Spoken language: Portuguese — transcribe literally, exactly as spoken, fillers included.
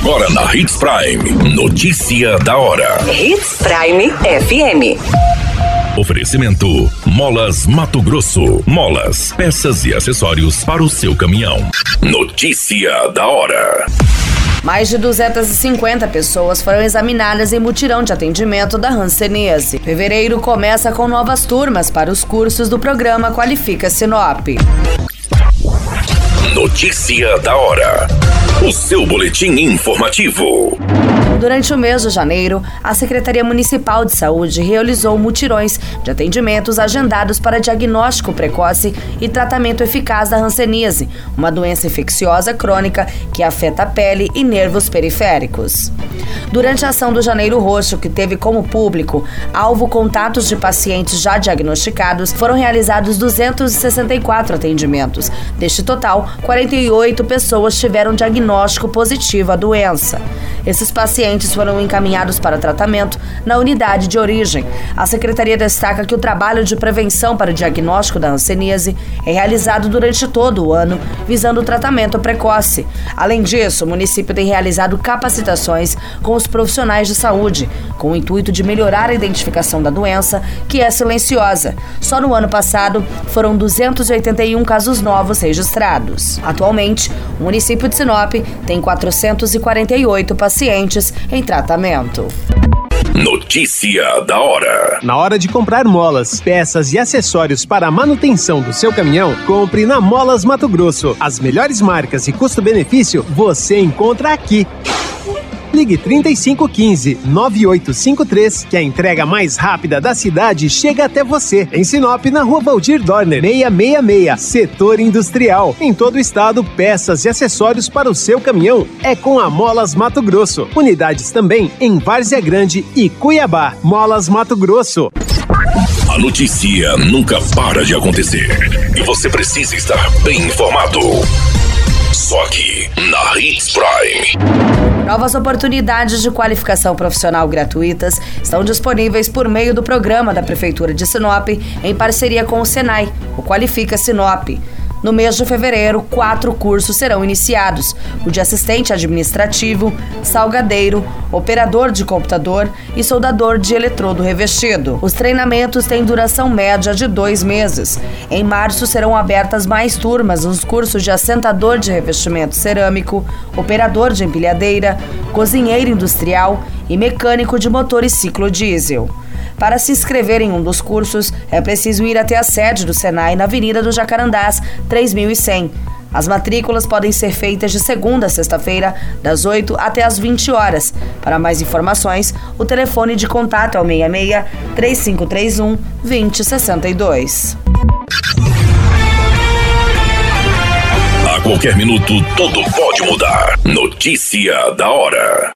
Agora na Hits Prime. Notícia da hora. Hits Prime F M. Oferecimento: Molas Mato Grosso. Molas, peças e acessórios para o seu caminhão. Notícia da hora. Mais de duzentas e cinquenta pessoas foram examinadas em mutirão de atendimento da Hanseníase. Fevereiro começa com novas turmas para os cursos do programa Qualifica Sinop. Notícia da hora. O seu boletim informativo. Durante o mês de janeiro, a Secretaria Municipal de Saúde realizou mutirões de atendimentos agendados para diagnóstico precoce e tratamento eficaz da hanseníase, uma doença infecciosa crônica que afeta a pele e nervos periféricos. Durante a ação do Janeiro Roxo, que teve como público alvo contatos de pacientes já diagnosticados, foram realizados duzentos e sessenta e quatro atendimentos. Deste total, quarenta e oito pessoas tiveram diagnóstico positivo à doença. Esses pacientes foram encaminhados para tratamento na unidade de origem. A Secretaria destaca que o trabalho de prevenção para o diagnóstico da hanseníase é realizado durante todo o ano, visando o tratamento precoce. Além disso, o município tem realizado capacitações com os profissionais de saúde, com o intuito de melhorar a identificação da doença, que é silenciosa. Só no ano passado, foram duzentos e oitenta e um casos novos registrados. Atualmente, o município de Sinop tem quatrocentos e quarenta e oito pacientes em tratamento. Notícia da hora. Na hora de comprar molas, peças e acessórios para a manutenção do seu caminhão, compre na Molas Mato Grosso. As melhores marcas e custo-benefício você encontra aqui. Ligue trinta e cinco quinze, nove oito cinco três, que a entrega mais rápida da cidade chega até você. Em Sinop, na Rua Valdir Dorner, seiscentos e sessenta e seis, Setor Industrial. Em todo o estado, peças e acessórios para o seu caminhão é com a Molas Mato Grosso. Unidades também em Várzea Grande e Cuiabá. Molas Mato Grosso. A notícia nunca para de acontecer e você precisa estar bem informado. Só aqui, na Hits Prime. Novas oportunidades de qualificação profissional gratuitas estão disponíveis por meio do programa da Prefeitura de Sinop, em parceria com o Senai, o Qualifica Sinop. No mês de fevereiro, quatro cursos serão iniciados: o de assistente administrativo, salgadeiro, operador de computador e soldador de eletrodo revestido. Os treinamentos têm duração média de dois meses. Em março serão abertas mais turmas nos cursos de assentador de revestimento cerâmico, operador de empilhadeira, cozinheiro industrial e mecânico de motor e ciclo diesel. Para se inscrever em um dos cursos, é preciso ir até a sede do Senai na Avenida do Jacarandás, três mil e cem. As matrículas podem ser feitas de segunda a sexta-feira, das oito até as vinte horas. Para mais informações, o telefone de contato é o seis seis, três cinco três um, dois zero seis dois. A qualquer minuto, tudo pode mudar. Notícia da hora.